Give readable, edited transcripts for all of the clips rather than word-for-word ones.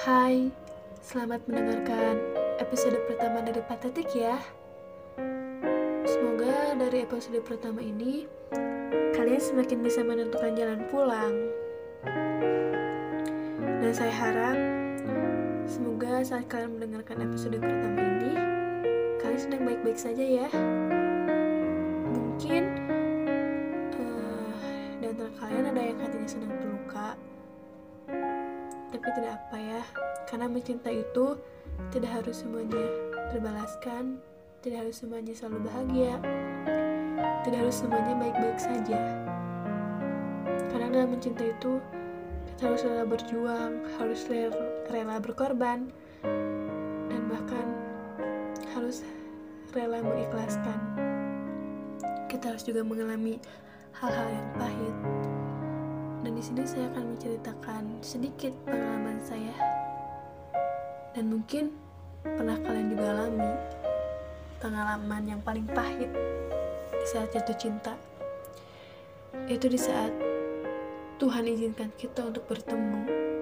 Hai, selamat mendengarkan episode pertama dari Patetik ya. Semoga dari episode pertama ini kalian semakin bisa menentukan jalan pulang. Dan saya harap semoga saat kalian mendengarkan episode pertama ini kalian sedang baik-baik saja ya. Mungkin di antara kalian ada yang hatinya sedang terluka, tapi tidak apa ya, karena mencintai itu tidak harus semuanya terbalaskan, tidak harus semuanya selalu bahagia, tidak harus semuanya baik-baik saja. Karena dalam mencintai itu kita harus rela berjuang, harus rela berkorban, dan bahkan harus rela mengikhlaskan. Kita harus juga mengalami hal-hal yang pahit. Dan di sini saya akan menceritakan sedikit pengalaman saya. Dan mungkin pernah kalian juga alami pengalaman yang paling pahit di saat jatuh cinta. Itu di saat Tuhan izinkan kita untuk bertemu,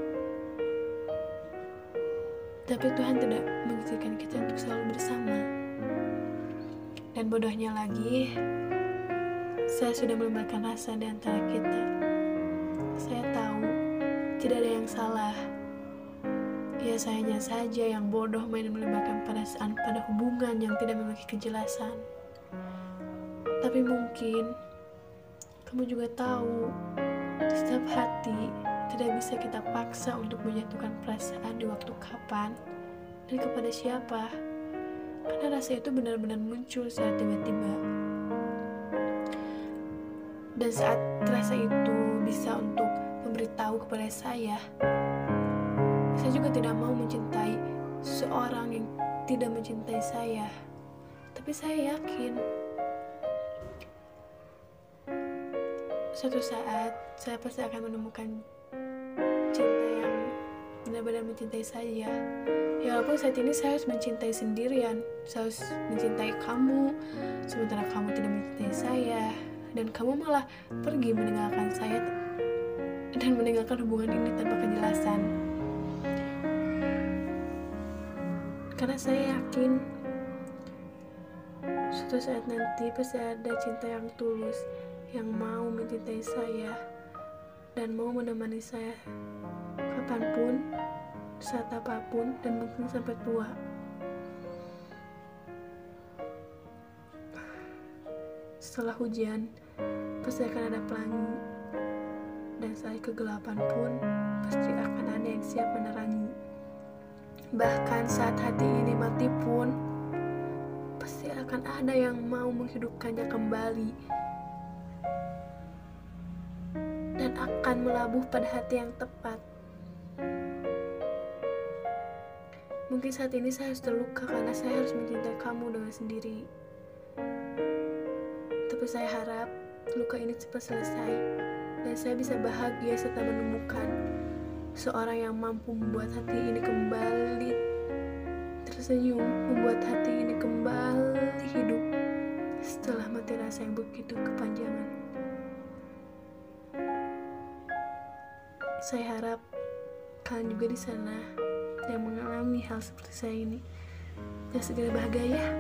tapi Tuhan tidak mengizinkan kita untuk selalu bersama. Dan bodohnya lagi, saya sudah melebarkan rasa di antara kita. Saya tahu tidak ada yang salah. Ya, sayanya saja yang bodoh main melebarkan perasaan pada hubungan yang tidak memiliki kejelasan. Tapi mungkin kamu juga tahu, setiap hati tidak bisa kita paksa untuk menyatukan perasaan di waktu kapan dan kepada siapa. Karena rasa itu benar-benar muncul saat tiba-tiba. Dan saat rasa itu bisa untuk memberitahu kepada saya juga tidak mau mencintai seseorang yang tidak mencintai saya. Tapi saya yakin suatu saat saya pasti akan menemukan cinta yang benar-benar mencintai saya. Ya, walaupun saat ini saya harus mencintai sendirian, saya harus mencintai kamu, sementara kamu tidak mencintai saya, dan kamu malah pergi meninggalkan saya dan meninggalkan hubungan ini tanpa kejelasan. Karena saya yakin suatu saat nanti pasti ada cinta yang tulus yang mau mencintai saya dan mau menemani saya kapanpun, saat apapun, dan mungkin sampai tua. Setelah hujan pasti akan ada pelangi, dan saat kegelapan pun pasti akan ada yang siap menerangi. Bahkan saat hati ini mati pun pasti akan ada yang mau menghidupkannya kembali dan akan melabuh pada hati yang tepat. Mungkin saat ini saya harus terluka karena saya harus mencintai kamu dengan sendiri. Tapi saya harap luka ini cepat selesai dan saya bisa bahagia serta menemukan seorang yang mampu membuat hati ini kembali tersenyum, membuat hati ini kembali hidup setelah mati rasa yang begitu kepanjangan. Saya harap kalian juga di sana yang mengalami hal seperti saya ini dan segera bahagia ya.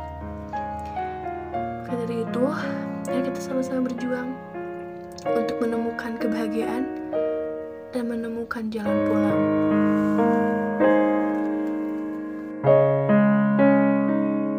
Maka dari itu, ayo kita sama-sama berjuang untuk menemukan kebahagiaan dan menemukan jalan pulang.